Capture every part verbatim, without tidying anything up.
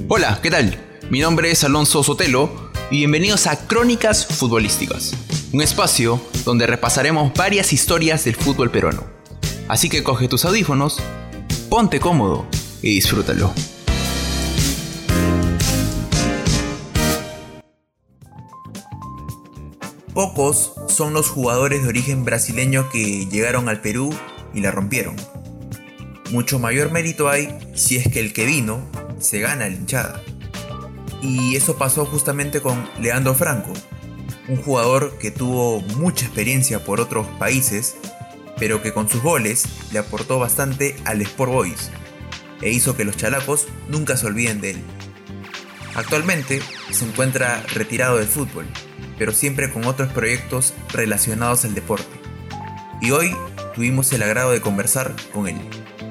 Hola, ¿qué tal? Mi nombre es Alonso Sotelo y bienvenidos a Crónicas Futbolísticas, un espacio donde repasaremos varias historias del fútbol peruano. Así que coge tus audífonos, ponte cómodo y disfrútalo. Pocos son los jugadores de origen brasileño que llegaron al Perú y la rompieron. Mucho mayor mérito hay si es que el que vino se gana la hinchada. Y eso pasó justamente con Leandro Franco, un jugador que tuvo mucha experiencia por otros países, pero que con sus goles le aportó bastante al Sport Boys e hizo que los chalacos nunca se olviden de él. Actualmente se encuentra retirado del fútbol, pero siempre con otros proyectos relacionados al deporte. Y hoy tuvimos el agrado de conversar con él.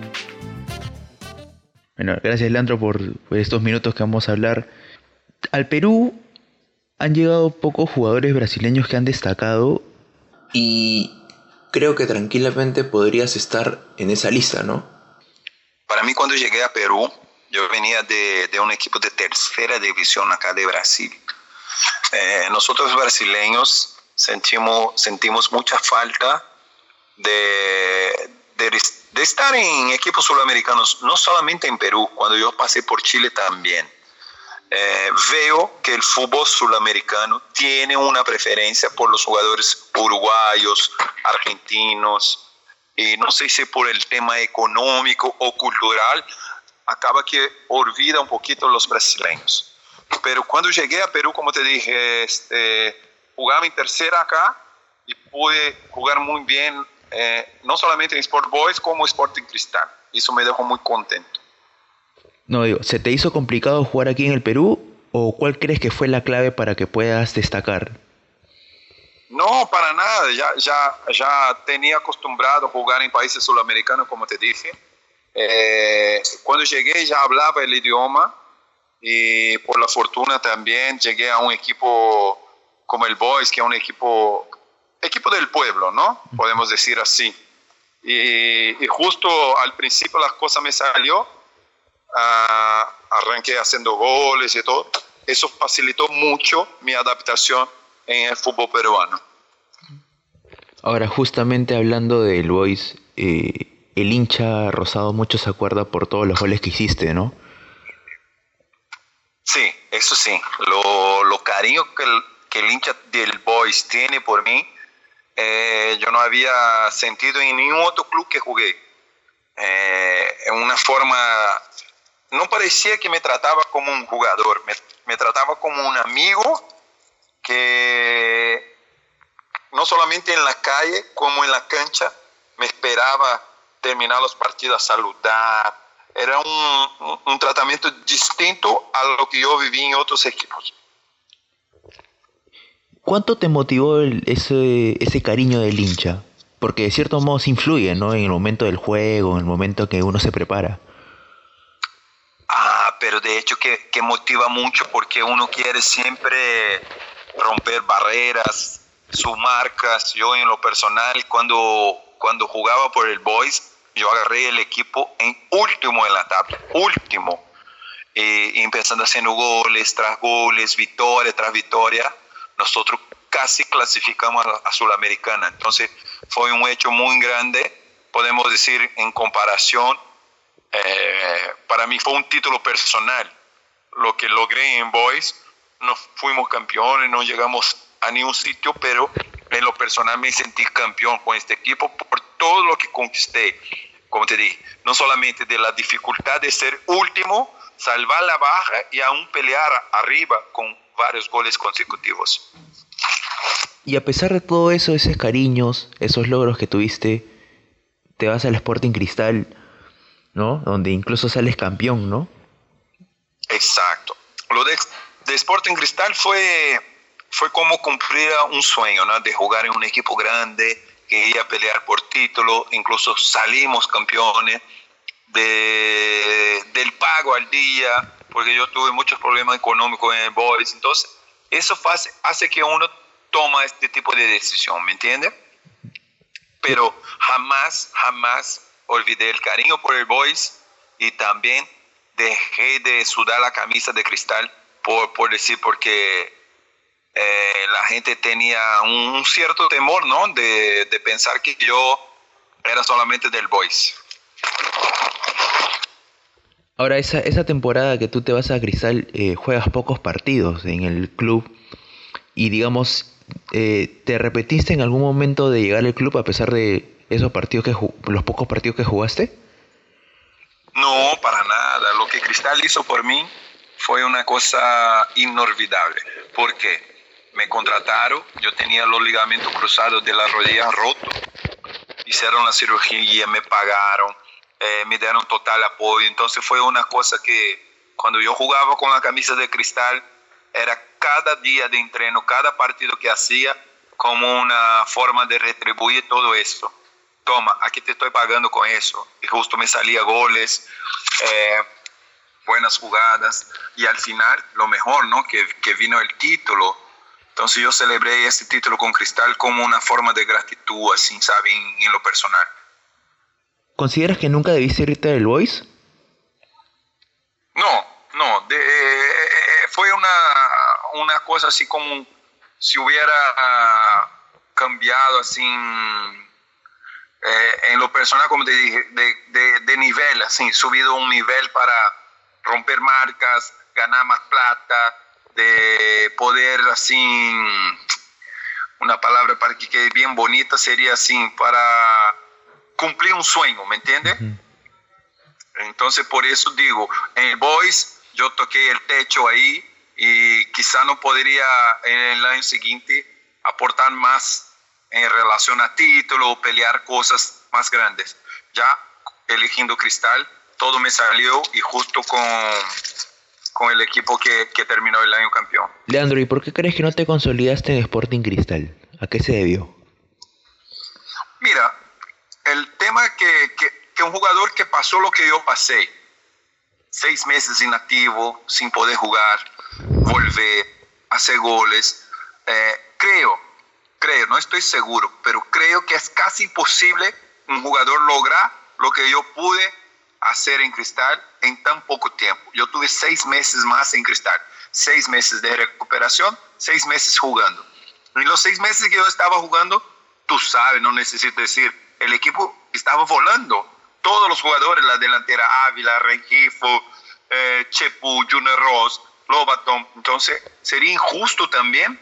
Bueno, gracias Leandro por, por estos minutos que vamos a hablar. Al Perú han llegado pocos jugadores brasileños que han destacado y creo que tranquilamente podrías estar en esa lista, ¿no? Para mí, cuando llegué a Perú, yo venía de, de un equipo de tercera división acá de Brasil. Eh, nosotros brasileños sentimos, sentimos mucha falta de, de, de estar en equipos sudamericanos, no solamente en Perú, cuando yo pasé por Chile también. Eh, veo que el fútbol sudamericano tiene una preferencia por los jugadores uruguayos, argentinos, y no sé si por el tema económico o cultural, acaba que olvida un poquito los brasileños. Pero cuando llegué a Perú, como te dije, este, jugaba en tercera acá y pude jugar muy bien, eh, no solamente en Sport Boys como Sporting Cristal. Eso me dejó muy contento. No, digo, ¿se te hizo complicado jugar aquí en el Perú o cuál crees que fue la clave para que puedas destacar? No, para nada. Ya, ya, ya tenía acostumbrado a jugar en países sudamericanos, como te dije. Eh, cuando llegué ya hablaba el idioma y por la fortuna también llegué a un equipo como el Boys, que es un equipo, equipo del pueblo, ¿no? Podemos decir así. Y, y justo al principio las cosas me salió. Uh, arranqué haciendo goles y todo. Eso facilitó mucho mi adaptación en el fútbol peruano. Ahora, justamente hablando del Boys, eh, el hincha rosado mucho se acuerda por todos los goles que hiciste, ¿no? Sí, eso sí. Lo, lo cariño que el, que el hincha del Boys tiene por mí, eh, yo no había sentido en ningún otro club que jugué. Eh, en una forma... No parecía que me trataba como un jugador, me, me trataba como un amigo que no solamente en la calle como en la cancha me esperaba terminar los partidos a saludar. Era un, un, un tratamiento distinto a lo que yo viví en otros equipos. ¿Cuánto te motivó el, ese, ese cariño del hincha? Porque de cierto modo se influye, ¿no? En el momento del juego, en el momento que uno se prepara. Ah, pero de hecho que, que motiva mucho porque uno quiere siempre romper barreras, sus marcas. Yo en lo personal, cuando, cuando jugaba por el Boys, yo agarré el equipo en último en la tabla, último. Y, y empezando haciendo goles tras goles, victoria tras victoria, nosotros casi clasificamos a, a Sudamericana. Entonces fue un hecho muy grande, podemos decir en comparación. Eh, para mí fue un título personal lo que logré en Boys. No fuimos campeones, no llegamos a ningún sitio, pero en lo personal me sentí campeón con este equipo por todo lo que conquisté. Como te dije, no solamente de la dificultad de ser último, salvar la baja y aún pelear arriba con varios goles consecutivos. Y a pesar de todo eso, esos cariños, esos logros que tuviste, te vas al Sporting Cristal, ¿no? Donde incluso sales campeón, ¿no? Exacto. Lo de, de Sporting Cristal fue, fue como cumplir un sueño, ¿no? De jugar en un equipo grande, que iba a pelear por título, incluso salimos campeones, de, del pago al día, porque yo tuve muchos problemas económicos en el Boys. Entonces, eso hace, hace que uno toma este tipo de decisión, ¿me entiendes? Pero jamás, jamás olvidé el cariño por el Boys y también dejé de sudar la camisa de Cristal, por, por decir, porque eh, la gente tenía un, un cierto temor, ¿no? De, de pensar que yo era solamente del Boys. Ahora, esa, esa temporada que tú te vas a Cristal, eh, juegas pocos partidos en el club y digamos, eh, ¿te repetiste en algún momento de llegar al club a pesar de esos partidos que los pocos partidos que jugaste? No, para nada. Lo que Cristal hizo por mí fue una cosa inolvidable, porque me contrataron, yo tenía los ligamentos cruzados de la rodilla rotos, hicieron la cirugía, me pagaron, eh, me dieron total apoyo. Entonces fue una cosa que cuando yo jugaba con la camisa de Cristal, era cada día de entreno, cada partido que hacía, como una forma de retribuir todo eso. Toma, aquí te estoy pagando con eso. Y justo me salía goles, eh, buenas jugadas, y al final lo mejor, ¿no? Que, que vino el título. Entonces yo celebré este título con Cristal como una forma de gratitud, así, ¿sabes? En, en lo personal. ¿Consideras que nunca debiste irte del Boys? No, no. De, eh, fue una, una cosa así como si hubiera uh, cambiado así eh, en lo personal, como te dije, de, de, de nivel, así, subido un nivel para romper marcas, ganar más plata, de poder así, una palabra para que quede bien bonita sería así, para cumplir un sueño, ¿me entiendes? Uh-huh. Entonces por eso digo, en el Boys yo toqué el techo ahí y quizá no podría en el año siguiente aportar más en relación a título o pelear cosas más grandes. Ya eligiendo Cristal, todo me salió y justo con, con el equipo que, que terminó el año campeón. Leandro, ¿y por qué crees que no te consolidaste en Sporting Cristal? ¿A qué se debió? Mira, el tema que, que, que un jugador que pasó lo que yo pasé, seis meses inactivo, sin poder jugar, volver, hacer goles, eh, creo, creo, no estoy seguro, pero creo que es casi imposible un jugador lograr lo que yo pude hacer en Cristal en tan poco tiempo. Yo tuve seis meses más en Cristal, seis meses de recuperación, seis meses jugando. En los seis meses que yo estaba jugando, tú sabes, no necesito decir, el equipo estaba volando. Todos los jugadores, la delantera Ávila, Rengifo, eh, Chepu, Junior Ross, Lobaton. Entonces, sería injusto también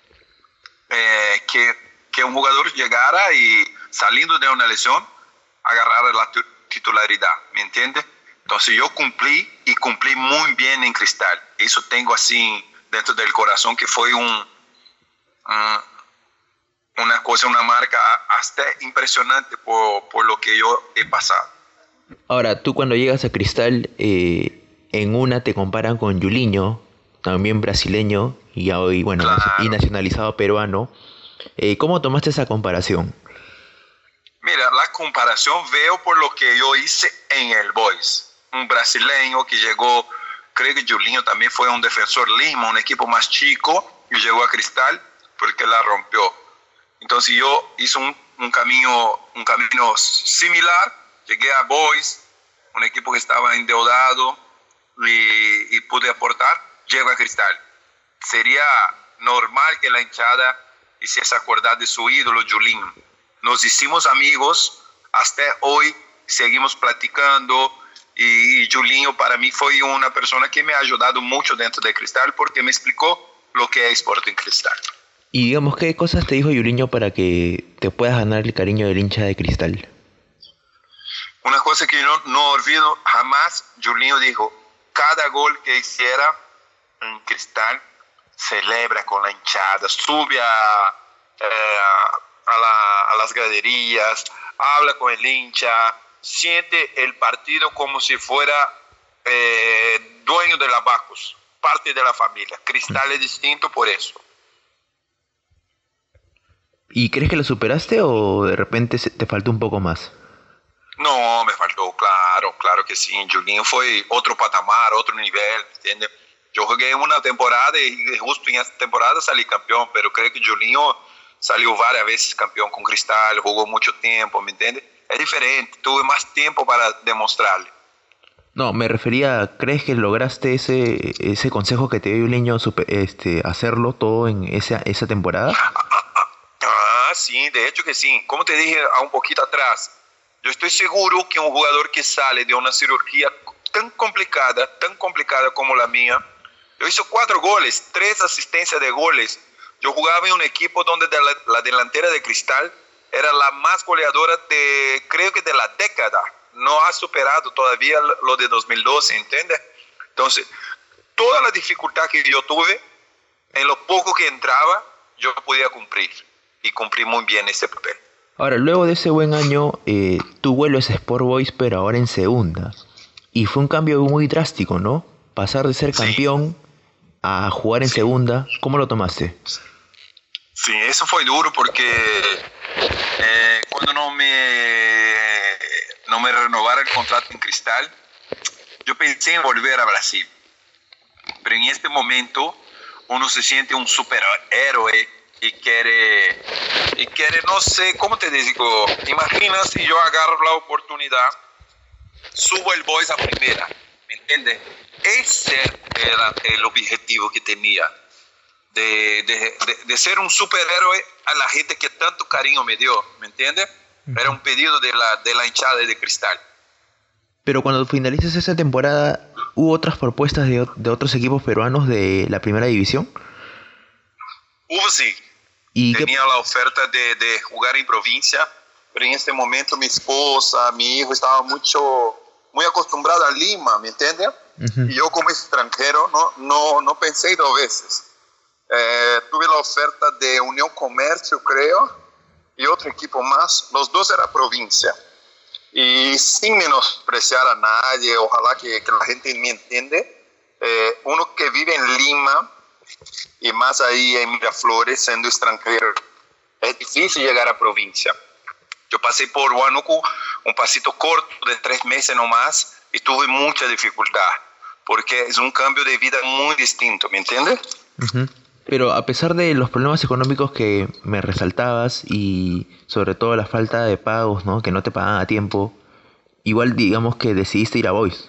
eh, que, que un jugador llegara y saliendo de una lesión, agarrara la titularidad, ¿me entiendes? Entonces yo cumplí y cumplí muy bien en Cristal. Eso tengo así dentro del corazón, que fue un, un, una cosa, una marca hasta impresionante por, por lo que yo he pasado. Ahora, tú cuando llegas a Cristal, eh, en una te comparan con Julinho, también brasileño, y hoy, bueno, claro, y nacionalizado peruano. Eh, ¿Cómo tomaste esa comparación? Mira, la comparación veo por lo que yo hice en el Boys. Un brasileño que llegó, creo que Julinho también fue un Defensor Lima, un equipo más chico, y llegó a Cristal porque la rompió. Entonces yo hice un, un, camino, un camino similar, llegué a Boys, un equipo que estaba endeudado y, y pude aportar, llego a Cristal. Sería normal que la hinchada hiciese acordar de su ídolo Julinho. Nos hicimos amigos, hasta hoy seguimos platicando, y, y Julinho para mí fue una persona que me ha ayudado mucho dentro de Cristal porque me explicó lo que es Sporting Cristal. Y digamos, ¿qué cosas te dijo Julinho para que te puedas ganar el cariño del hincha de Cristal? Una cosa que no, no olvido jamás, Julinho dijo, cada gol que hiciera en Cristal, celebra con la hinchada, sube a... Eh, A, la, a las graderías, habla con el hincha, siente el partido como si fuera eh, dueño de la Bacus, parte de la familia. Cristal es distinto por eso. ¿Y crees que lo superaste o de repente te faltó un poco más? No, me faltó, claro, claro que sí. Julinho fue otro patamar, otro nivel, ¿entiendes? Yo jugué una temporada y justo en esta temporada salí campeón, pero creo que Julinho salió varias veces campeón con Cristal, jugó mucho tiempo, ¿me entiendes? Es diferente, tuve más tiempo para demostrarle. No, me refería, ¿crees que lograste ese, ese consejo que te dio el niño este, hacerlo todo en esa, esa temporada? Ah, sí, de hecho que sí. Como te dije a un poquito atrás, yo estoy seguro que un jugador que sale de una cirugía tan complicada, tan complicada como la mía, yo hice cuatro goles, tres asistencias de goles. Yo jugaba en un equipo donde de la, la delantera de Cristal era la más goleadora de, creo que de la década. No ha superado todavía lo de dos mil doce, ¿entiendes? Entonces, toda la dificultad que yo tuve, en lo poco que entraba, yo podía cumplir. Y cumplí muy bien ese papel. Ahora, luego de ese buen año, eh, tú vuelves a Sport Boys, pero ahora en segunda. Y fue un cambio muy drástico, ¿no? Pasar de ser Sí. campeón a jugar en Sí. segunda. ¿Cómo lo tomaste? Sí, eso fue duro porque eh, cuando no me, no me renovara el contrato en Cristal, yo pensé en volver a Brasil. Pero en este momento uno se siente un superhéroe y quiere, y quiere, no sé, ¿cómo te digo? Imagina si yo agarro la oportunidad, subo el Boys a primera, ¿me entiendes? Ese era el objetivo que tenía. De, de, de, de ser un superhéroe a la gente que tanto cariño me dio, ¿me entiendes? Era un pedido de la, de la hinchada de Cristal. Pero cuando finalizas esa temporada, ¿hubo otras propuestas de, de otros equipos peruanos de la primera división? Hubo sí, ¿Y qué- tenía la oferta de, de jugar en provincia, pero en este momento mi esposa, mi hijo estaba mucho, muy acostumbrada a Lima, ¿me entiendes? Ujú. Y yo como extranjero no, no, no pensé dos veces. Eh, tuve la oferta de Unión Comercio, creo, y otro equipo más. Los dos era provincia. Y sin menospreciar a nadie, ojalá que, que la gente me entiende, eh, uno que vive en Lima y más ahí en Miraflores, siendo extranjero, es difícil llegar a provincia. Yo pasé por Huánuco, un pasito corto de tres meses nomás, y tuve mucha dificultad, porque es un cambio de vida muy distinto, ¿me entiendes? Ujú. Pero a pesar de los problemas económicos que me resaltabas y sobre todo la falta de pagos, ¿no? Que no te pagaban a tiempo, igual digamos que decidiste ir a Boys.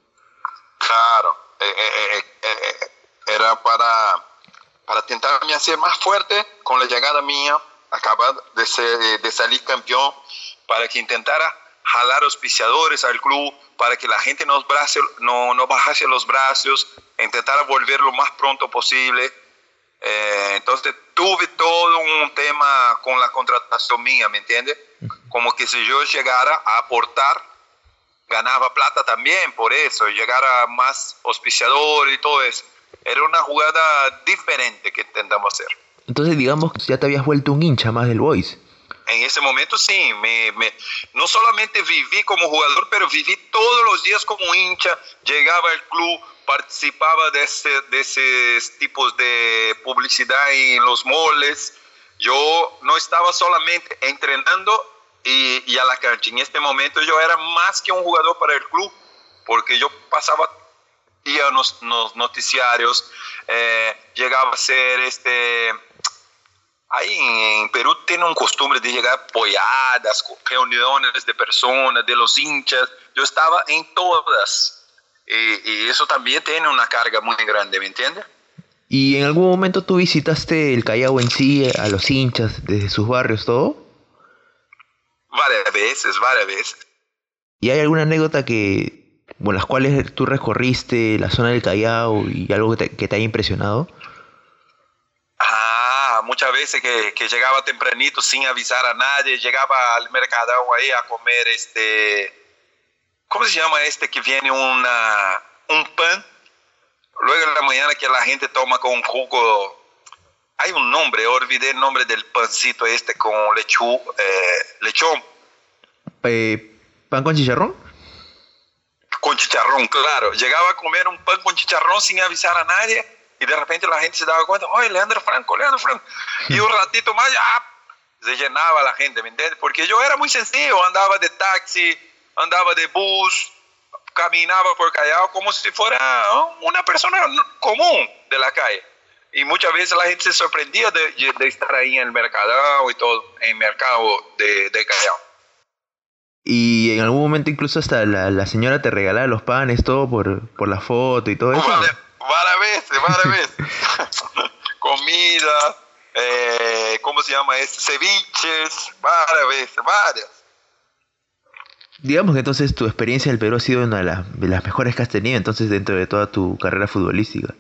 Claro, eh, eh, eh, eh, era para, para tentarme hacer más fuerte con la llegada mía, acabar de, ser, de salir campeón, para que intentara jalar auspiciadores al club, para que la gente no, brazo, no, no bajase los brazos, intentara volver lo más pronto posible. Eh, entonces tuve todo un tema con la contratación mía, ¿me entiendes? Como que si yo llegara a aportar, ganaba plata también por eso, llegara más auspiciador y todo eso. Era una jugada diferente que intentamos hacer. Entonces digamos que ya te habías vuelto un hincha más del Boys. En ese momento sí, me, me, no solamente viví como jugador, pero viví todos los días como hincha, llegaba al club, participaba de, ese, de esos tipos de publicidad en los moles. Yo no estaba solamente entrenando y, y a la cancha. En este momento yo era más que un jugador para el club, porque yo pasaba día en los, los noticiarios, eh, llegaba a ser este... Ahí en Perú tiene un costumbre de llegar apoyadas, reuniones de personas, de los hinchas. Yo estaba en todas. Y, y eso también tiene una carga muy grande, ¿me entiendes? ¿Y en algún momento tú visitaste el Callao en sí, a los hinchas, desde sus barrios, todo? Varias veces, varias veces. ¿Y hay alguna anécdota que, bueno, las cuales tú recorriste la zona del Callao y algo que te, que te haya impresionado? Ah, muchas veces que, que llegaba tempranito sin avisar a nadie, llegaba al mercado ahí a comer este... ¿Cómo se llama este que viene una, un pan? Luego en la mañana que la gente toma con jugo, hay un nombre, olvidé el nombre del pancito este con lechu, eh, lechón. Eh, ¿Pan con chicharrón? Con chicharrón, claro. Llegaba a comer un pan con chicharrón sin avisar a nadie y de repente la gente se daba cuenta, oye, Leandro Franco, Leandro Franco. Y un ratito más ya se llenaba la gente, ¿me entiendes? Porque yo era muy sencillo, andaba de taxi, andaba de bus, caminaba por Callao como si fuera una persona común de la calle. Y muchas veces la gente se sorprendía de, de estar ahí en el mercado y todo, en el mercado de, de Callao. Y en algún momento incluso hasta la, la señora te regalaba los panes, todo por, por la foto y todo eso. Vale, varias veces, varias veces. Comida, eh, ¿cómo se llama esto? Ceviches, varias veces, varias. Digamos que entonces tu experiencia en el Perú ha sido una de las, de las mejores que has tenido entonces dentro de toda tu carrera futbolística.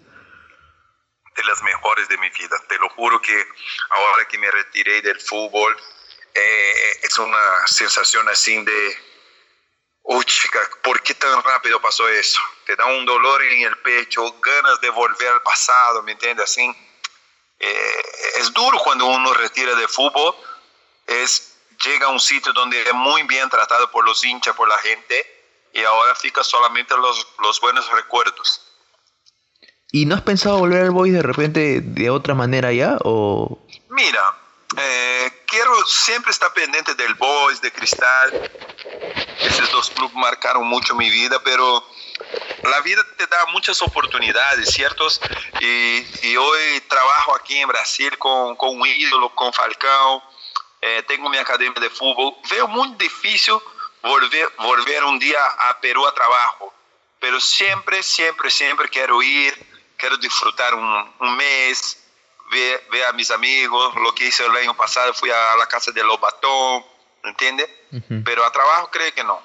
De las mejores de mi vida. Te lo juro que ahora que me retiré del fútbol, eh, es una sensación así de, uy, chica, ¿por qué tan rápido pasó eso? Te da un dolor en el pecho, ganas de volver al pasado, ¿me entiendes? Así, eh, es duro cuando uno retira del fútbol, es, llega a un sitio donde es muy bien tratado por los hinchas, por la gente, y ahora fica solamente los, los buenos recuerdos. ¿Y no has pensado volver al Boys de repente de otra manera ya? O... Mira, eh, quiero siempre estar pendiente del Boys, de Cristal. Esos dos clubes marcaron mucho mi vida, pero la vida te da muchas oportunidades, ¿cierto? Y, y hoy trabajo aquí en Brasil con, con un ídolo, con Falcao. Eh, tengo mi academia de fútbol. Veo muy difícil volver, volver un día a Perú a trabajo, pero siempre, siempre, siempre quiero ir. Quiero disfrutar un, un mes, ver, ver a mis amigos. Lo que hice el año pasado, fui a la casa de Lobatón, ¿entiendes? Uh-huh. Pero a trabajo creo que no.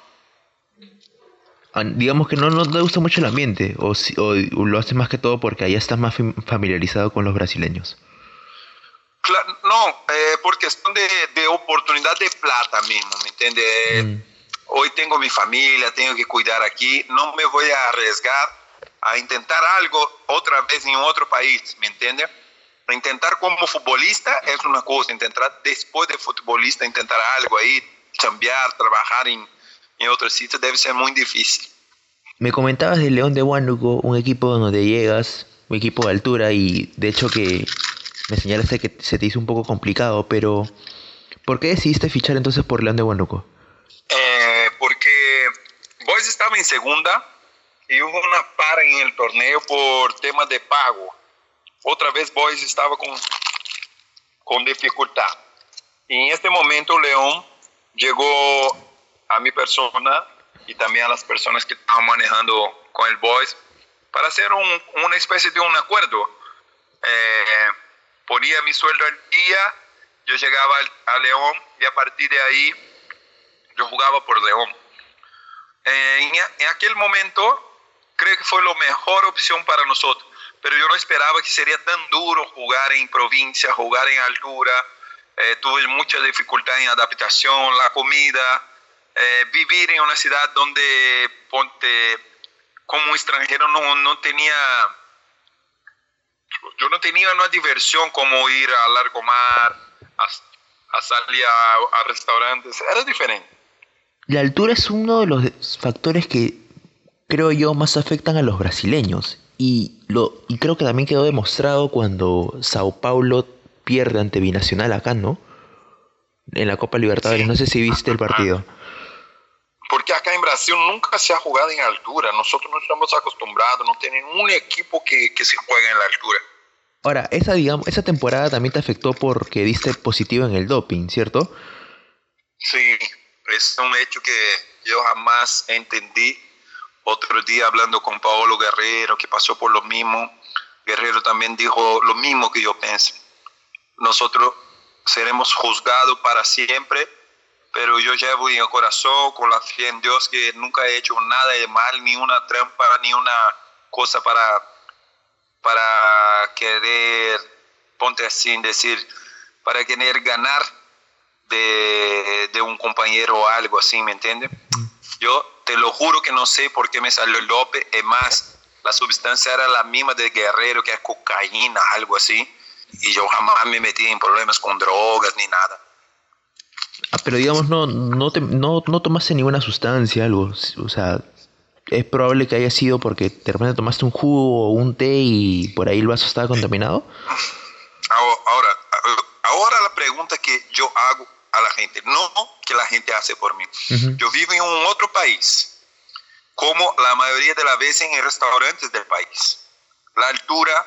Ah, digamos que no, no te gusta mucho el ambiente, o, si, o, o lo haces más que todo porque allá estás más familiarizado con los brasileños. Claro, no, eh, por cuestión de, de oportunidad de plata mismo, ¿me entiendes? Mm. Hoy tengo mi familia, tengo que cuidar aquí, no me voy a arriesgar a intentar algo otra vez en otro país, ¿me entiendes? Intentar como futbolista es una cosa, intentar después de futbolista, intentar algo ahí, cambiar, trabajar en, en otro sitio debe ser muy difícil. Me comentabas del León de Huánuco, un equipo donde llegas, un equipo de altura, y de hecho que me señalaste que se te hizo un poco complicado, pero ¿por qué decidiste fichar entonces por León de Huánuco? Eh, porque Boys estaba en segunda, y hubo una para en el torneo por temas de pago. Otra vez Boys estaba con, con dificultad. Y en este momento León llegó a mi persona y también a las personas que estaban manejando con el Boys para hacer un, una especie de un acuerdo. Eh, ponía mi sueldo al día, yo llegaba al, a León y a partir de ahí yo jugaba por León. Eh, en, en aquel momento creo que fue la mejor opción para nosotros, pero yo no esperaba que sería tan duro jugar en provincia, jugar en altura. Eh, tuve mucha dificultad en adaptación, la comida, eh, vivir en una ciudad donde ponte, como extranjero no, no tenía, yo no tenía una diversión como ir a largo mar, a, a salir a, a restaurantes, era diferente. La altura es uno de los factores que creo yo más afectan a los brasileños, y, lo, y creo que también quedó demostrado cuando Sao Paulo pierde ante Binacional acá, ¿no? En la Copa Libertadores, sí. No sé si viste el partido. Porque acá en Brasil nunca se ha jugado en altura, nosotros no estamos acostumbrados, no tenemos un equipo que, que se juegue en la altura. Ahora, esa, digamos, esa temporada también te afectó porque diste positivo en el doping, ¿cierto? Sí, es un hecho que yo jamás entendí. Otro día hablando con Paolo Guerrero, que pasó por lo mismo, Guerrero también dijo lo mismo que yo pensé. Nosotros seremos juzgados para siempre, pero yo llevo en el corazón, con la fe en Dios, que nunca he hecho nada de mal, ni una trampa, ni una cosa para, para querer, ponte así, decir, para querer ganar de, de un compañero o algo así, ¿me entiendes? Yo te lo juro que no sé por qué me salió el dope. Es más, la sustancia era la misma de Guerrero, que es cocaína, algo así. Y yo jamás me metí en problemas con drogas ni nada. Ah, pero digamos, no, no, te, no, no tomaste ninguna sustancia, algo. O sea, es probable que haya sido porque de repente tomaste un jugo o un té y por ahí el vaso estaba contaminado. Ahora, ahora la pregunta que yo hago a la gente, no que la gente hace por mí. Uh-huh. Yo vivo en un otro país, como la mayoría de las veces en restaurantes del país. La altura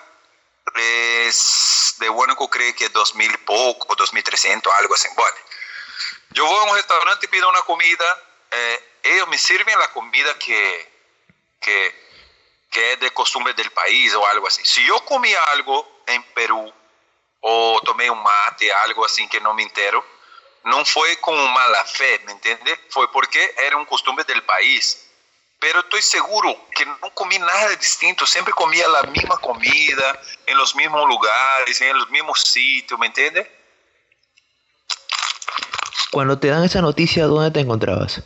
es de Huánuco, creo que es dos mil poco, dos mil trescientos, algo así. Bueno, yo voy a un restaurante y pido una comida eh, ellos me sirven la comida que, que, que es de costumbre del país o algo así. Si yo comí algo en Perú o tomé un mate, algo así que no me entero, no fue con mala fe, ¿me entiendes? Fue porque era un costumbre del país. Pero estoy seguro que no comí nada distinto, siempre comía la misma comida, en los mismos lugares, en los mismos sitios, ¿me entiendes? Cuando te dan esa noticia, ¿dónde te encontrabas?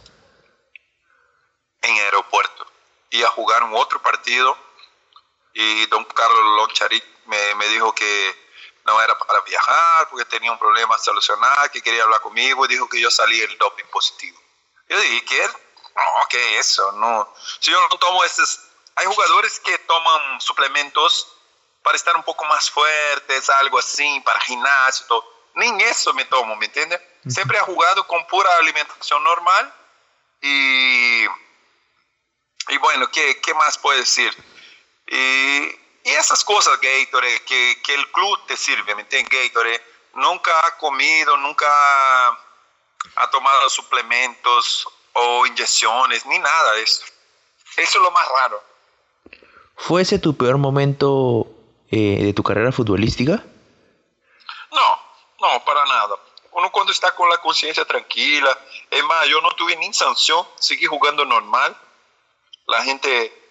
En el aeropuerto. Iba a jugar un otro partido y don Carlos Loncharit me, me dijo que no era para viajar porque tenía un problema a solucionar, que quería hablar conmigo y dijo que yo salí el doping positivo. Yo dije, ¿qué? No, ¿qué es eso? No. Si yo no tomo estos... Hay jugadores que toman suplementos para estar un poco más fuertes, algo así, para gimnasio, todo. Ni eso me tomo, ¿me entiendes? Uh-huh. Siempre he jugado con pura alimentación normal y... Y bueno, ¿qué, qué más puedo decir? Y, y esas cosas, Gatorade, que, que el club te sirve, ¿me entiendes? Gatorade nunca ha comido, nunca ha tomado suplementos o inyecciones, ni nada de eso. Eso es lo más raro. ¿Fue ese tu peor momento eh, de tu carrera futbolística? No, no, para nada. Uno cuando está con la conciencia tranquila, es más, yo no tuve ni sanción, seguí jugando normal. La gente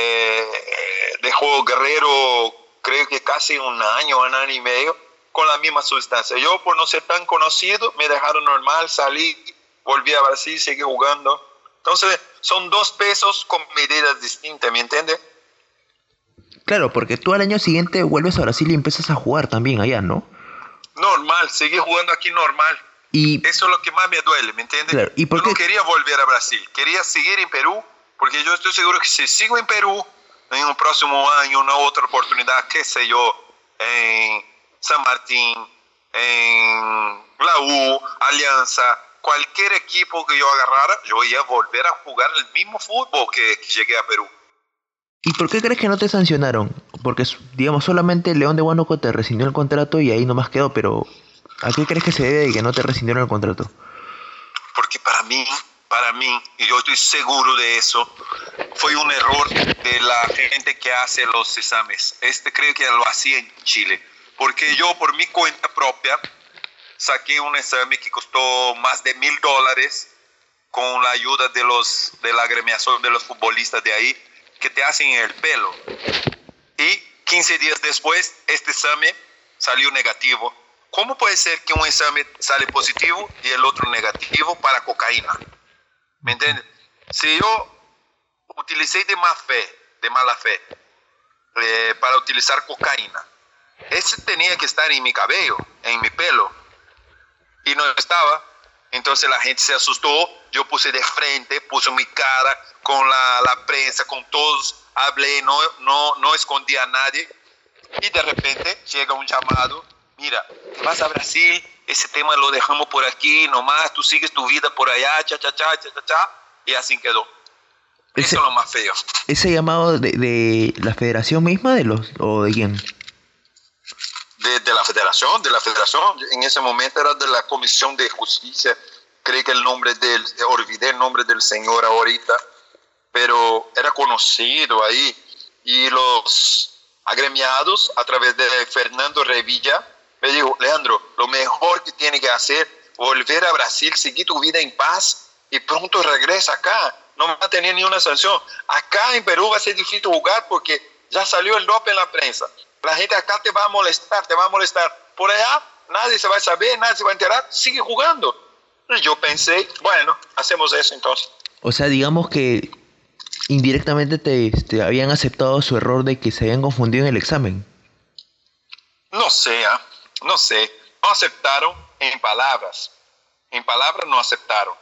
eh, dejó Guerrero, creo que casi un año, un año y medio, con la misma sustancia. Yo, por no ser tan conocido, me dejaron normal, salí, volví a Brasil, seguí jugando. Entonces, son dos pesos con medidas distintas, ¿me entiendes? Claro, porque tú al año siguiente vuelves a Brasil y empiezas a jugar también allá, ¿no? Normal, seguí jugando aquí normal. Y eso es lo que más me duele, ¿me entiendes? Claro. ¿Y por yo qué? No quería volver a Brasil, quería seguir en Perú, porque yo estoy seguro que si sigo en Perú, en un próximo año, una otra oportunidad, qué sé yo, en San Martín, en la U, Alianza, cualquier equipo que yo agarrara, yo iba a volver a jugar el mismo fútbol que, que llegué a Perú. ¿Y por qué crees que no te sancionaron? Porque, digamos, solamente León de Huánuco te rescindió el contrato y ahí nomás quedó, pero ¿a qué crees que se debe de que no te rescindieron el contrato? Porque para mí, para mí, y yo estoy seguro de eso, fue un error de la gente que hace los exámenes. Este creo que lo hacía en Chile, porque yo por mi cuenta propia saqué un examen que costó más de mil dólares con la ayuda de, los, de la agremiación de los futbolistas de ahí, que te hacen el pelo. Y quince días después, este examen salió negativo. ¿Cómo puede ser que un examen sale positivo y el otro negativo para cocaína? ¿Me entiendes? Si yo utilicé de mala fe, de mala fe, eh, para utilizar cocaína, ese tenía que estar en mi cabello, en mi pelo, y no estaba. Entonces la gente se asustó, yo puse de frente, puse mi cara con la, la prensa, con todos, hablé, no, no, no escondí a nadie, y de repente llega un llamado, mira, te vas a Brasil, ese tema lo dejamos por aquí, nomás, tú sigues tu vida por allá, cha, cha, cha, cha, cha, cha, y así quedó. Ese, Eso es lo más feo. ¿Ese llamado de, de la federación misma de los o de quién? De, de la federación, de la federación, en ese momento era de la Comisión de Justicia, creo que el nombre del, olvidé el nombre del señor ahorita, pero era conocido ahí, y los agremiados, a través de Fernando Revilla, me dijo, Leandro, lo mejor que tiene que hacer, volver a Brasil, seguir tu vida en paz, y pronto regresa acá, no va a tener ni una sanción. Acá en Perú va a ser difícil jugar porque ya salió el dope en la prensa. La gente acá te va a molestar, te va a molestar. Por allá nadie se va a saber, nadie se va a enterar, sigue jugando. Y yo pensé, bueno, hacemos eso entonces. O sea, digamos que indirectamente te, te habían aceptado su error de que se habían confundido en el examen. No sé, ¿eh? no sé. No aceptaron en palabras. En palabras no aceptaron.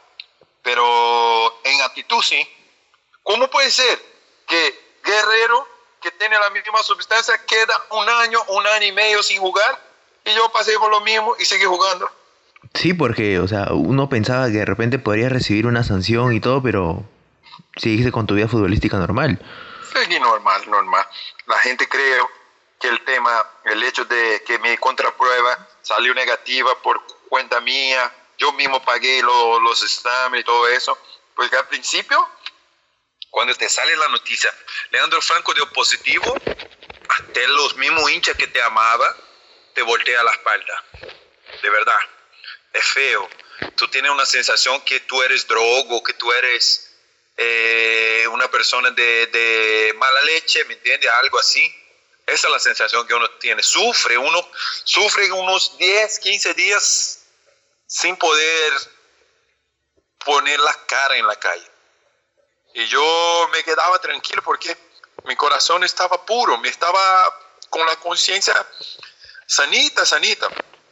Pero en actitud sí. ¿Cómo puede ser que Guerrero, que tiene la misma sustancia, queda un año, un año y medio sin jugar, y yo pasé por lo mismo y seguí jugando? Sí, porque, o sea, uno pensaba que de repente podría recibir una sanción y todo, pero seguiste con tu vida futbolística normal. Seguí normal, normal. La gente cree que el tema, el hecho de que mi contraprueba salió negativa por cuenta mía, yo mismo pagué lo, los exámenes y todo eso, Porque al principio, cuando te sale la noticia, Leandro Franco dio positivo, hasta los mismos hinchas que te amaban, te voltea la espalda. De verdad, es feo. Tú tienes una sensación que tú eres drogo, que tú eres eh, una persona de, de mala leche, ¿me entiendes? Algo así. Esa es la sensación que uno tiene. Sufre, uno sufre unos diez, quince días sin poder poner la cara en la calle. Y yo me quedaba tranquilo porque mi corazón estaba puro, me estaba con la conciencia sanita, sanita.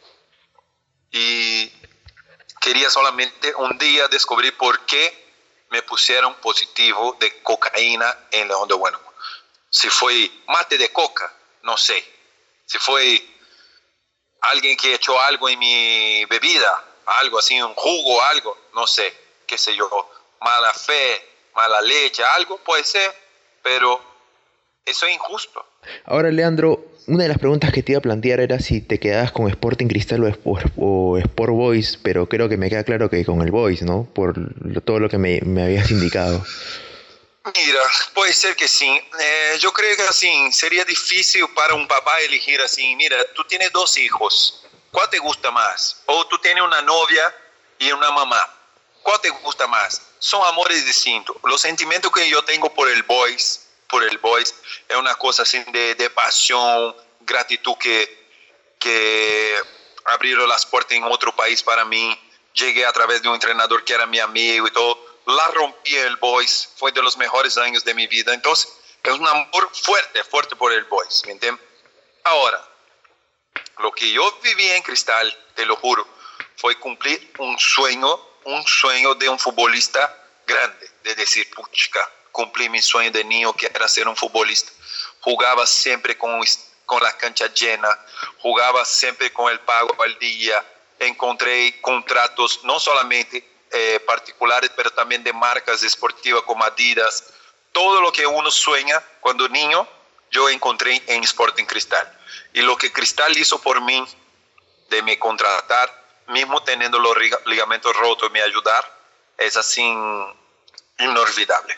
Y quería solamente un día descubrir por qué me pusieron positivo de cocaína en León de Bueno. Si fue mate de coca, no sé. Si fue alguien que echó algo en mi bebida, algo así, un jugo, algo, no sé, qué sé yo, mala fe, mala leche, algo puede ser, pero eso es injusto. Ahora, Leandro, una de las preguntas que te iba a plantear era si te quedabas con Sporting Cristal o Sport, o Sport Boys, pero creo que me queda claro que con el Boys, ¿no? Por lo, todo lo que me, me habías indicado. Mira, puede ser que sí. Eh, yo creo que así sería difícil para un papá elegir así. Mira, tú tienes dos hijos. ¿Cuál te gusta más? O tú tienes una novia y una mamá. ¿Cuál te gusta más? Son amores distintos. Los sentimientos que yo tengo por el Boys, por el Boys, es una cosa así de, de pasión, gratitud que, que abrieron las puertas en otro país para mí. Llegué a través de un entrenador que era mi amigo y todo. La rompí el Boys, fue de los mejores años de mi vida. Entonces, es un amor fuerte, fuerte por el Boys, ¿me entiendes? Ahora, lo que yo viví en Cristal, te lo juro, fue cumplir un sueño, un sueño de un futbolista grande, de decir, puchica, cumplí mi sueño de niño que era ser un futbolista. Jugaba siempre con, con la cancha llena, jugaba siempre con el pago al día, encontré contratos no solamente Eh, particulares, pero también de marcas deportivas como Adidas. Todo lo que uno sueña cuando niño, yo encontré en Sporting Cristal. Y lo que Cristal hizo por mí, de me contratar, mismo teniendo los ligamentos rotos, me ayudar, es así inolvidable.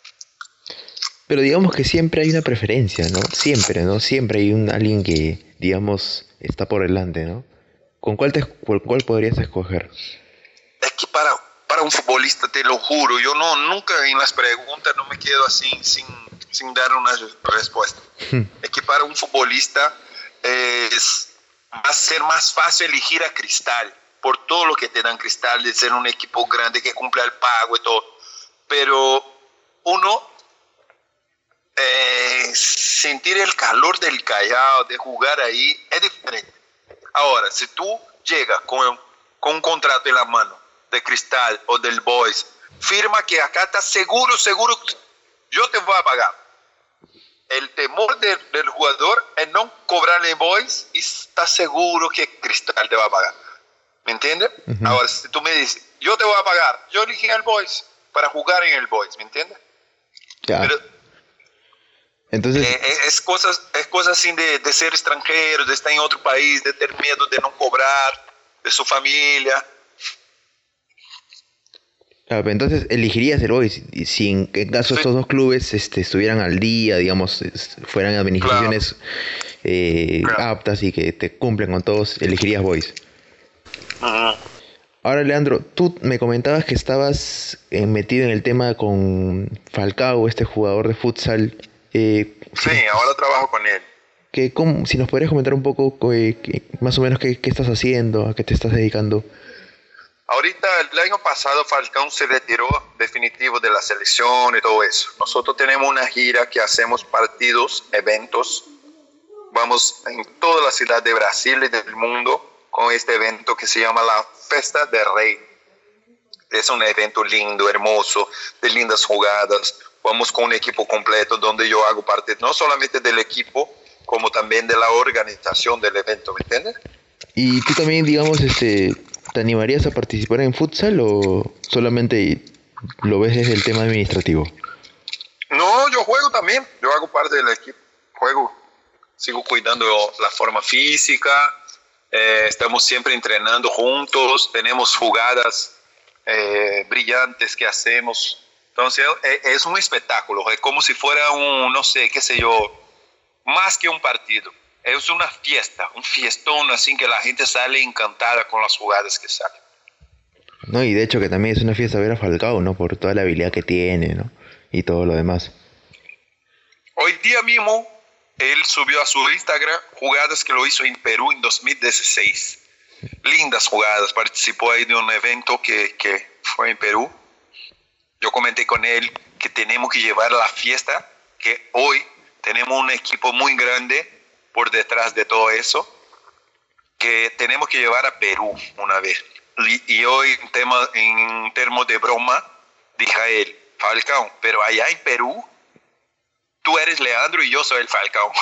Pero digamos que siempre hay una preferencia, ¿no? Siempre, ¿no? Siempre hay un alguien que, digamos, está por delante, ¿no? ¿Con cuál, te, cuál, cuál podrías escoger? Es que para, para un futbolista, te lo juro, yo no, nunca en las preguntas no me quedo así sin, sin dar una respuesta. Es que para un futbolista es, va a ser más fácil elegir a Cristal, por todo lo que te dan Cristal, de ser un equipo grande que cumple el pago y todo. Pero uno, eh, sentir el calor del Callao, de jugar ahí, es diferente. Ahora, si tú llegas con, con un contrato en la mano, de Cristal o del Boys, firma que acá estás seguro, seguro, yo te voy a pagar. El temor de, del jugador es no cobrarle Boys y está seguro que Cristal te va a pagar. ¿Me entiendes? Uh-huh. Ahora, si tú me dices, yo te voy a pagar, yo elegí el Boys para jugar en el Boys, ¿me entiendes? Ya. Pero, entonces... Eh, es cosas, es cosas así de, de ser extranjero, de estar en otro país, de tener miedo de no cobrar, de su familia. Claro, pero entonces elegirías el Boys si en, en caso sí. estos dos clubes este, estuvieran al día, digamos, fueran administraciones claro. eh, claro. aptas y que te cumplen con todos, elegirías Boys. Uh-huh. Ahora, Leandro, tú me comentabas que estabas eh, metido en el tema con Falcao, este jugador de futsal. Eh, sí, si, ahora trabajo con él. Que, ¿cómo, si nos podrías comentar un poco eh, que, más o menos qué, qué estás haciendo, a qué te estás dedicando. Ahorita, el año pasado, Falcao se retiró definitivo de la selección y todo eso. Nosotros tenemos una gira que hacemos partidos, eventos. Vamos en toda la ciudad de Brasil y del mundo con este evento que se llama la Festa del Rey. Es un evento lindo, hermoso, de lindas jugadas. Vamos con un equipo completo donde yo hago parte no solamente del equipo, como también de la organización del evento, ¿me entiendes? Y tú también, digamos, este... ¿te animarías a participar en futsal o solamente lo ves desde el tema administrativo? No, yo juego también. Yo hago parte del equipo. Juego. Sigo cuidando la forma física. Eh, estamos siempre entrenando juntos. Tenemos jugadas eh, brillantes que hacemos. Entonces eh, es un espectáculo, es como si fuera un, no sé, qué sé yo, más que un partido. Es una fiesta, un fiestón así que la gente sale encantada con las jugadas que salen. No, y de hecho que también es una fiesta ver a Falcao, ¿no? Por toda la habilidad que tiene, ¿no? Y todo lo demás. Hoy día mismo, él subió a su Instagram jugadas que lo hizo en Perú en dos mil dieciséis. Lindas jugadas, participó ahí de un evento que, que fue en Perú. Yo comenté con él que tenemos que llevar la fiesta, que hoy tenemos un equipo muy grande por detrás de todo eso, que tenemos que llevar a Perú una vez. Y, y hoy, en, tema, en términos de broma, dije a él, Falcao, pero allá en Perú, tú eres Leandro y yo soy el Falcao.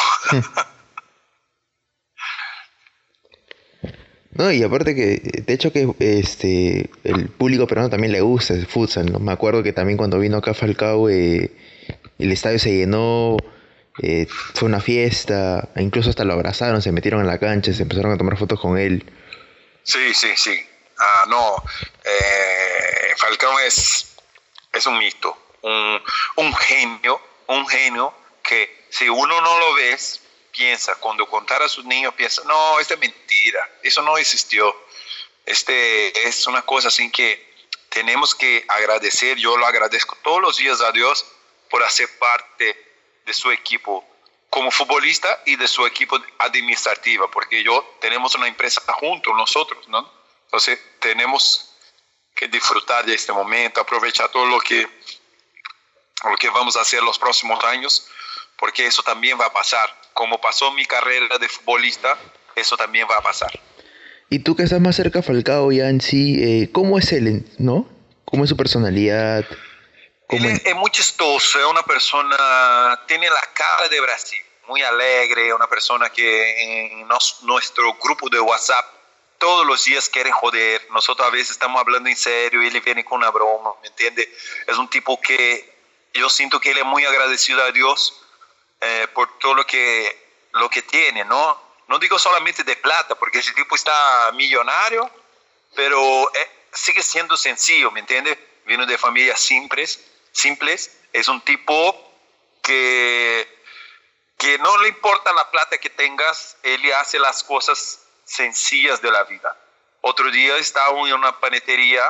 No, y aparte que, de hecho que este el público peruano también le gusta el futsal, ¿no? Me acuerdo que también cuando vino acá Falcao, eh, el estadio se llenó, eh, fue una fiesta, e incluso hasta lo abrazaron, se metieron en la cancha, se empezaron a tomar fotos con él. Sí, sí, sí. Ah, no, eh, Falcao es, es un mito, un, un genio, un genio que si uno no lo ves, piensa, cuando contar a sus niños, piensa, no, esto es mentira, eso no existió. Este es una cosa así que tenemos que agradecer, yo lo agradezco todos los días a Dios por hacer parte de su equipo como futbolista y de su equipo administrativo, porque yo tenemos una empresa juntos nosotros, ¿no? Entonces tenemos que disfrutar de este momento, aprovechar todo lo que, lo que vamos a hacer los próximos años, porque eso también va a pasar. Como pasó mi carrera de futbolista, eso también va a pasar. Y tú que estás más cerca a Falcao ya en sí, eh, ¿cómo es él, no? ¿Cómo es su personalidad? Él es, es muy chistoso, es una persona, tiene la cara de Brasil, muy alegre, una persona que en nos, nuestro grupo de WhatsApp todos los días quieren joder. Nosotros a veces estamos hablando en serio y él viene con una broma, ¿me entiende? Es un tipo que yo siento que él es muy agradecido a Dios eh, por todo lo que, lo que tiene, ¿no? No digo solamente de plata, porque ese tipo está millonario, pero eh, sigue siendo sencillo, ¿me entiende? Viene de familias simples, simples. Es un tipo que, que no le importa la plata que tengas, él hace las cosas sencillas de la vida. Otro día estaba en una panetería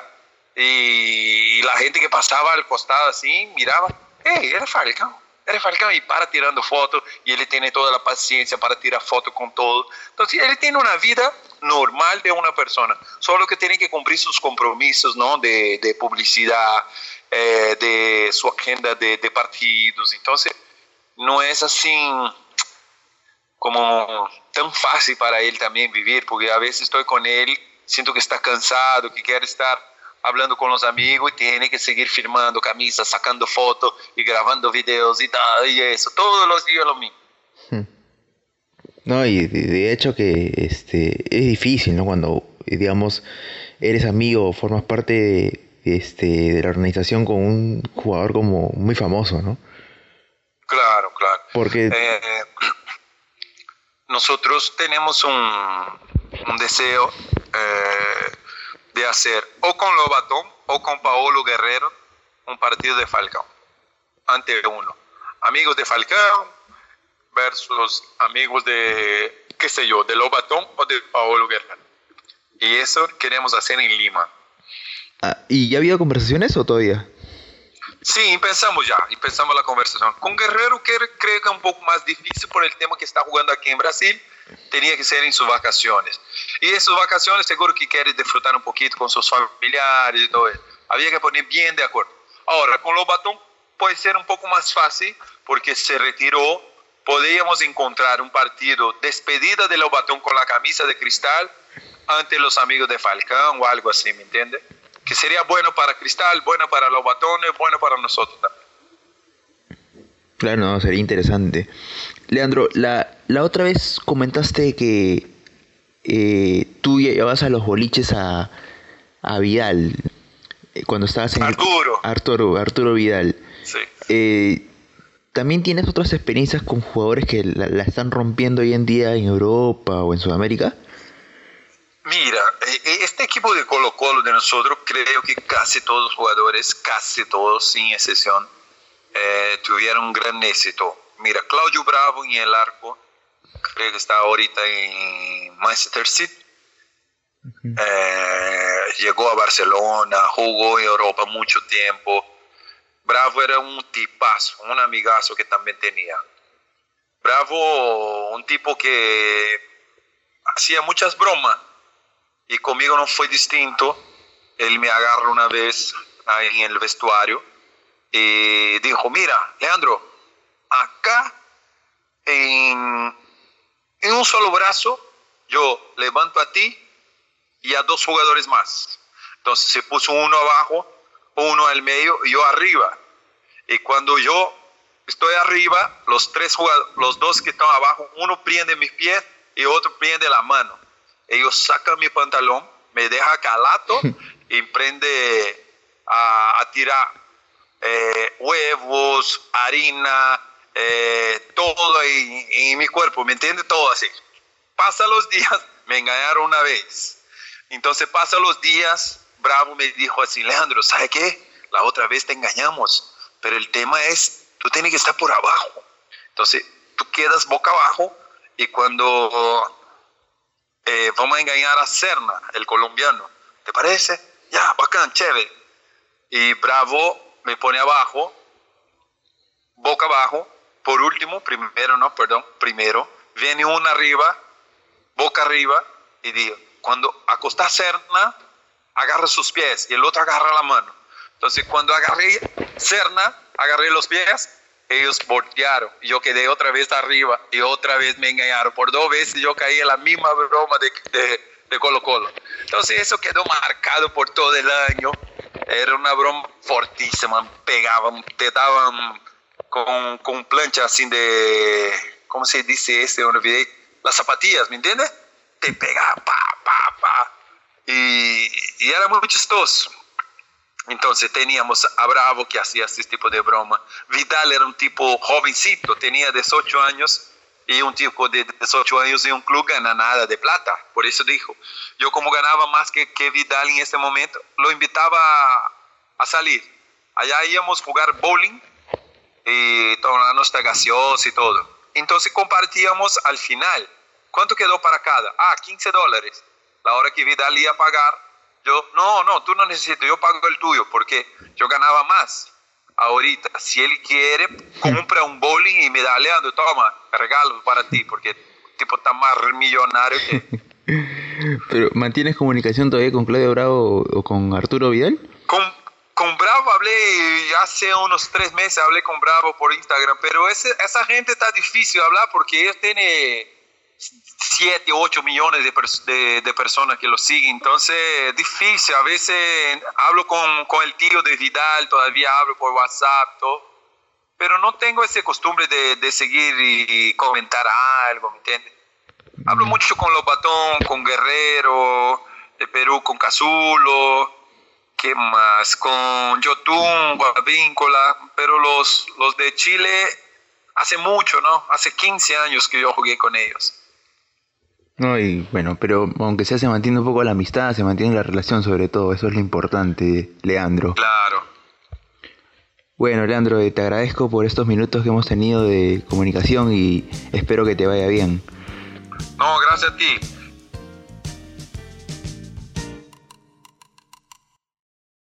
y la gente que pasaba al costado así miraba, hey, eres Falcao, eres Falcao, y para tirando fotos, y él tiene toda la paciencia para tirar fotos con todo. Entonces él tiene una vida normal de una persona, solo que tiene que cumplir sus compromisos, ¿no? de, de publicidad, eh, de su agenda de, de partidos. Entonces no es así como tan fácil para él también vivir, porque a veces estoy con él, siento que está cansado, que quiere estar hablando con los amigos y tiene que seguir firmando camisas, sacando fotos y grabando videos y tal, y eso, todos los días lo mismo. No, y de, de hecho que este es difícil, ¿no? Cuando, digamos, eres amigo o formas parte de, este, de la organización con un jugador como muy famoso, ¿no? Claro, claro. Porque... Eh, nosotros tenemos un, un deseo eh, de hacer o con Lobatón o con Paolo Guerrero un partido de Falcao ante uno. Amigos de Falcao versus amigos de, qué sé yo, de Lobatón o de Paolo Guerrero. Y eso queremos hacer en Lima. Ah, ¿y ya ha habido conversaciones o todavía? Sí, pensamos ya, y pensamos la conversación. Con Guerrero que creo que es un poco más difícil por el tema que está jugando aquí en Brasil, tenía que ser en sus vacaciones. Y esas vacaciones seguro que quiere disfrutar un poquito con sus familiares y todo eso. Había que poner bien de acuerdo. Ahora, con Lobatón puede ser un poco más fácil porque se retiró. Podríamos encontrar un partido despedida de Lobatón con la camisa de Cristal ante los amigos de Falcão o algo así, ¿me entiende? Que sería bueno para Cristal, bueno para los batones, bueno para nosotros también. Claro, no, sería interesante. Leandro, la, la otra vez comentaste que eh, tú llevabas a los boliches a, a Vidal, eh, cuando estabas en... Arturo. Arturo, Arturo Vidal. Sí. Eh, ¿También tienes otras experiencias con jugadores que la, la están rompiendo hoy en día en Europa o en Sudamérica? Mira, este equipo de Colo-Colo de nosotros, creo que casi todos los jugadores, casi todos, sin excepción, eh, tuvieron un gran éxito. Mira, Claudio Bravo en el arco, creo que está ahorita en Manchester City. Uh-huh. Eh, llegó a Barcelona, jugó en Europa mucho tiempo. Bravo era un tipazo, un amigazo que también tenía. Bravo, un tipo que hacía muchas bromas y conmigo no fue distinto. Él me agarró una vez ahí en el vestuario y dijo, mira, Leandro, acá en, en un solo brazo yo levanto a ti y a dos jugadores más. Entonces se puso uno abajo, uno al medio y yo arriba. Y cuando yo estoy arriba, los tres jugadores, los dos que están abajo, uno prende mis pies y otro prende la mano. Ellos sacan mi pantalón, me deja calato y prende a, a tirar eh, huevos, harina, eh, todo en, en mi cuerpo, ¿me entiendes? Todo así. Pasa los días, me engañaron una vez. Entonces pasa los días, Bravo me dijo así, Leandro, ¿sabe qué? La otra vez te engañamos, pero el tema es, tú tienes que estar por abajo. Entonces tú quedas boca abajo y cuando eh, vamos a engañar a Serna, el colombiano, ¿te parece? Ya, bacán, chévere. Y Bravo me pone abajo, boca abajo, por último, primero, no, perdón, primero, viene uno arriba, boca arriba, y digo, cuando acosta a Serna, agarra sus pies y el otro agarra la mano. Entonces cuando agarré Serna, agarré los pies, ellos voltearon y yo quedé otra vez arriba y otra vez me engañaron. Por dos veces yo caí en la misma broma de, de, de Colo-Colo. Entonces eso quedó marcado por todo el año. Era una broma fortísima, pegaban, te daban con, con plancha así de, ¿cómo se dice este? Las zapatillas, ¿me entiendes? Te pegaba, pa, pa, pa. Y, y era muy chistoso. Entonces teníamos a Bravo que hacía este tipo de broma. Vidal era un tipo jovencito, tenía dieciocho años, y un tipo de dieciocho años en un club gana nada de plata. Por eso dijo, yo como ganaba más que, que Vidal en ese momento, lo invitaba a, a salir. Allá íbamos a jugar bowling y tomarnos gaseosa y todo. Entonces compartíamos al final. ¿Cuánto quedó para cada? Ah, quince dólares. La hora que Vidal iba a pagar, yo, no, no, tú no necesitas, yo pago el tuyo, porque yo ganaba más. Ahorita, si él quiere, compra un bowling y me da, Leandro, toma, regalo para ti, porque el tipo está más millonario que... ¿Pero mantienes comunicación todavía con Claudio Bravo o con Arturo Vidal? Con, con Bravo hablé, hace unos tres meses hablé con Bravo por Instagram, pero ese, esa gente está difícil de hablar porque ellos tienen siete, ocho millones de, pers- de, de personas que lo siguen, entonces es difícil. A veces hablo con, con el tío de Vidal, todavía hablo por WhatsApp, todo, pero no tengo esa costumbre de, de seguir y, y comentar algo, ¿me entiendes? Mm. Hablo mucho con Lobatón, con Guerrero, de Perú, con Cazulo, ¿qué más? Con Yotun, Guavíncola, pero los, los de Chile hace mucho, ¿no? Hace quince años que yo jugué con ellos. No, y bueno, pero aunque sea se mantiene un poco la amistad, se mantiene la relación sobre todo, eso es lo importante, Leandro. Claro. Bueno, Leandro, te agradezco por estos minutos que hemos tenido de comunicación y espero que te vaya bien. No, gracias a ti.